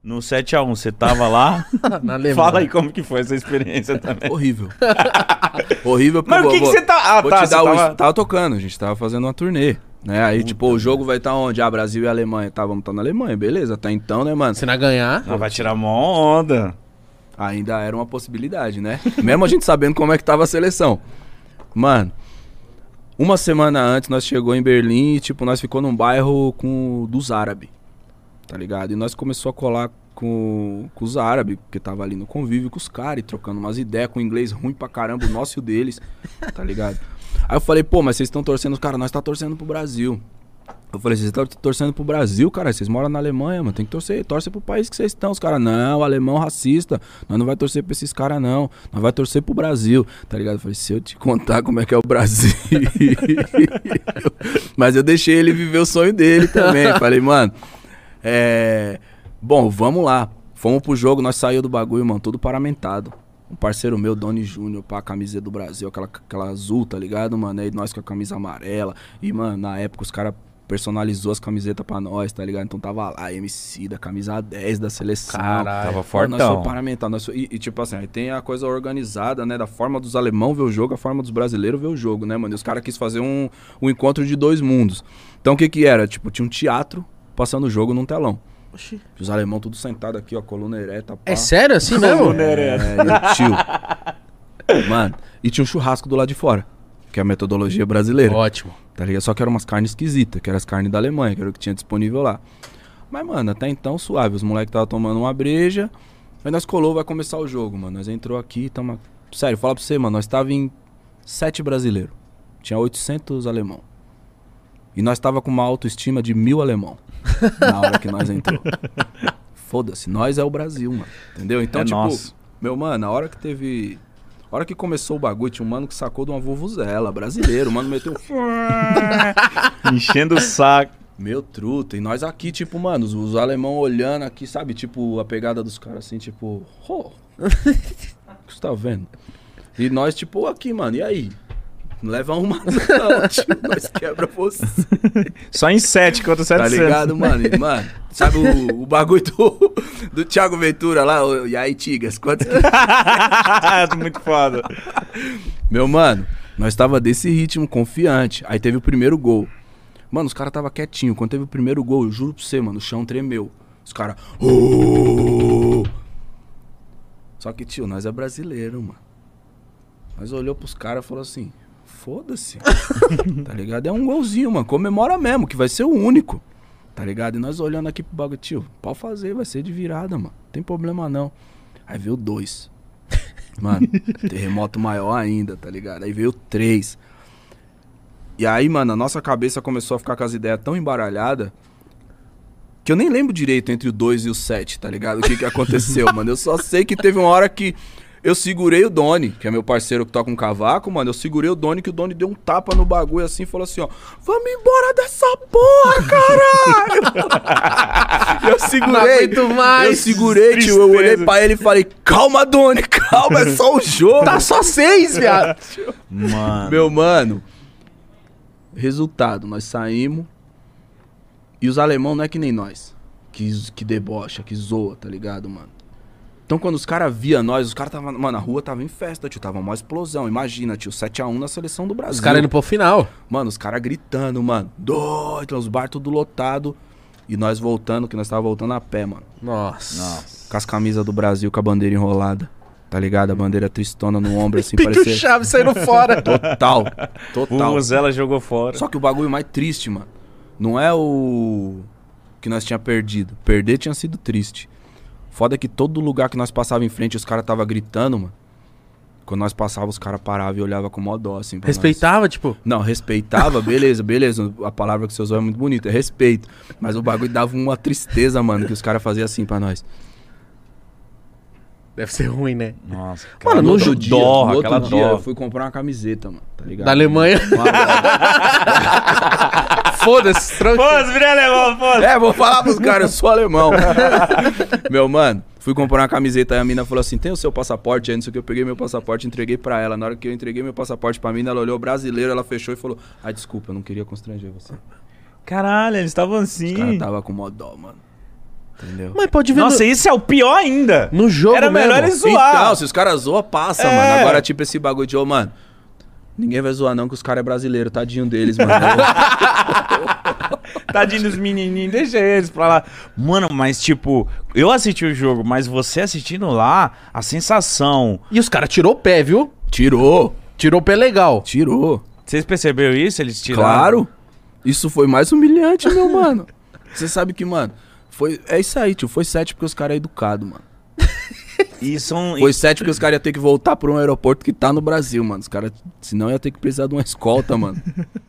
No 7x1, você tava lá? Na Alemanha. Fala aí como que foi essa experiência também. Horrível. Horrível porque Mas o que você tá... Ah, vou tá, te dar você o... Tava tocando, a gente tava fazendo uma turnê. Né? Aí, tipo, o jogo vai estar onde? Ah, Brasil e Alemanha. Tá, vamos estar na Alemanha, beleza. Até então, né, mano? Se não ganhar... Não, vai tirar mó onda. Ainda era uma possibilidade, né? Mesmo a gente sabendo como é que tava a seleção. Mano, uma semana antes nós chegou em Berlim e, tipo, nós ficou num bairro dos árabes, tá ligado? E nós começou a colar com os árabes, porque tava ali no convívio com os caras e trocando umas ideias com inglês ruim pra caramba, o nosso e o deles, tá ligado? Aí eu falei, pô, mas vocês estão torcendo, cara, nós tá torcendo pro Brasil. Eu falei, vocês estão torcendo pro Brasil, cara, vocês moram na Alemanha, mano, tem que torcer, torce pro país que vocês estão. Os caras, não, alemão racista, nós não vai torcer pra esses caras não, nós vai torcer pro Brasil, tá ligado? Eu falei, se eu te contar como é que é o Brasil... Mas eu deixei ele viver o sonho dele também, falei, mano, bom, vamos lá. Fomos pro jogo, nós saímos do bagulho, mano, todo paramentado. Um parceiro meu, Doni Júnior, pá, a camiseta do Brasil, aquela azul, tá ligado, mano? Aí nós com a camisa amarela. E, mano, na época os caras personalizou as camisetas pra nós, tá ligado? Então tava lá, MC da camisa 10 da seleção. Caralho. Tava fortão. Nós fomos paramentar. E tipo assim, aí tem a coisa organizada, né? Da forma dos alemão ver o jogo, a forma dos brasileiros ver o jogo, né, mano? E os caras quis fazer um encontro de dois mundos. Então o que era? Tipo, tinha um teatro passando o jogo num telão. Oxi. Os alemão tudo sentado aqui, ó, coluna ereta, pá. É sério assim mesmo? Coluna ereta. E o tio. Mano, e tinha um churrasco do lado de fora, que é a metodologia brasileira. Ótimo. Tá ligado? Só que eram umas carnes esquisitas, que eram as carnes da Alemanha, que era o que tinha disponível lá. Mas, mano, até então suave. Os moleques estavam tomando uma breja. Aí nós colou, vai começar o jogo, mano. Nós entrou aqui, tamo... Sério, fala pra você, mano, nós tava em 7 brasileiros. Tinha 800 alemão. E nós tava com uma autoestima de 1000 alemão. Na hora que nós entrou. Foda-se, nós é o Brasil, mano. Entendeu? Então, tipo, nosso. Meu, mano, na hora que teve... A hora que começou o bagulho, tinha um mano que sacou de uma vuvuzela, brasileiro. O mano meteu... Enchendo o saco. Meu truta. E nós aqui, tipo, mano, os alemão olhando aqui, sabe? Tipo, a pegada dos caras assim, tipo... Oh, o que você tá vendo? E nós, tipo, aqui, mano, e aí? Leva uma não, tio, nós quebra você. Só em 7 contra 700. Tá ligado, mano? E, mano, sabe o bagulho do Thiago Ventura lá? E aí, Tigas, quantos... Muito foda. Meu, mano, nós tava desse ritmo, confiante. Aí teve o primeiro gol. Mano, os caras tava quietinho. Quando teve o primeiro gol, eu juro pra você, mano, o chão tremeu. Os caras... Oh! Só que, tio, nós é brasileiro, mano. Nós olhou pros caras e falou assim... Foda-se. Tá ligado? É um golzinho, mano. Comemora mesmo, que vai ser o único. Tá ligado? E nós olhando aqui pro bagulho, tio, pode fazer, vai ser de virada, mano. Não tem problema não. Aí veio 2. Mano, terremoto maior ainda, tá ligado? Aí veio 3. E aí, mano, a nossa cabeça começou a ficar com as ideias tão embaralhadas que eu nem lembro direito entre o 2 e o 7, tá ligado? O que aconteceu, mano. Eu só sei que teve uma hora que eu segurei o Doni, que é meu parceiro que toca um cavaco, mano. Eu segurei o Doni, que o Doni deu um tapa no bagulho assim e falou assim, ó: vamos embora dessa porra, caralho! Eu segurei. Não aguento mais. Eu segurei, tio. Eu olhei pra ele e falei: calma, Doni, calma, é só o jogo. Tá só 6, viado. Mano. Meu mano. Resultado, nós saímos. E os alemão não é que nem nós, que debocha, que zoa, tá ligado, mano? Então quando os caras via nós, os caras tava... Mano, a rua tava em festa, tio. Tava uma explosão. Imagina, tio, 7x1 na seleção do Brasil. Os caras indo pro final. Mano, os caras gritando, mano. Doido, os bar tudo lotado. E nós voltando, que nós tava voltando a pé, mano. Nossa. Com as camisas do Brasil, com a bandeira enrolada. Tá ligado? A bandeira tristona no ombro, assim, Pico parecia... chave saindo fora. Total. O Total. Rosela jogou fora. Só que o bagulho mais triste, mano, não é o que nós tinha perdido. Perder tinha sido triste. Foda é que todo lugar que nós passava em frente, os caras tava gritando, mano. Quando nós passava, os caras paravam e olhavam com mó dó, assim, pra Respeitava, nós. tipo? Não, respeitava, beleza. A palavra que você usou é muito bonita, é respeito. Mas o bagulho dava uma tristeza, mano, que os caras faziam assim pra nós. Deve ser ruim, né? Nossa. Mano, no outro outro no outro aquela dia, dó. eu fui comprar uma camiseta, mano, tá ligado? Da Alemanha. Foda-se, tranquilo. Foda-se, virei alemão, foda-se. É, vou falar pros caras, eu sou alemão. Meu, mano, fui comprar uma camiseta, aí a mina falou assim: tem o seu passaporte? Aí não sei o que, eu peguei meu passaporte e entreguei pra ela. Na hora que eu entreguei meu passaporte pra mina, ela olhou brasileiro, ela fechou e falou: ai, desculpa, eu não queria constranger você. Caralho, eles estavam Os caras assim. tava com mó dó, mano. Entendeu? Mas pode ver Nossa, isso é o pior ainda. no jogo Era melhor mesmo. eles zoar. Então, se os caras zoam, passa, mano. Agora, tipo, esse bagulho de, mano, ninguém vai zoar não, que os caras é brasileiro, tadinho deles, mano. Tadinho dos menininhos, deixa eles pra lá. Mano, mas tipo, eu assisti o jogo, mas você assistindo lá, a sensação... E os caras tirou o pé, viu? Tirou. Tirou o pé legal. Tirou. Vocês perceberam isso? Eles tiraram? Claro. Isso foi mais humilhante, meu mano. Você sabe que, mano, é isso aí, tio. Foi 7 porque os caras é educado, mano. E são... Foi 7 porque os caras iam ter que voltar pra um aeroporto que tá no Brasil, mano. Os caras, senão ia ter que precisar de uma escolta, mano.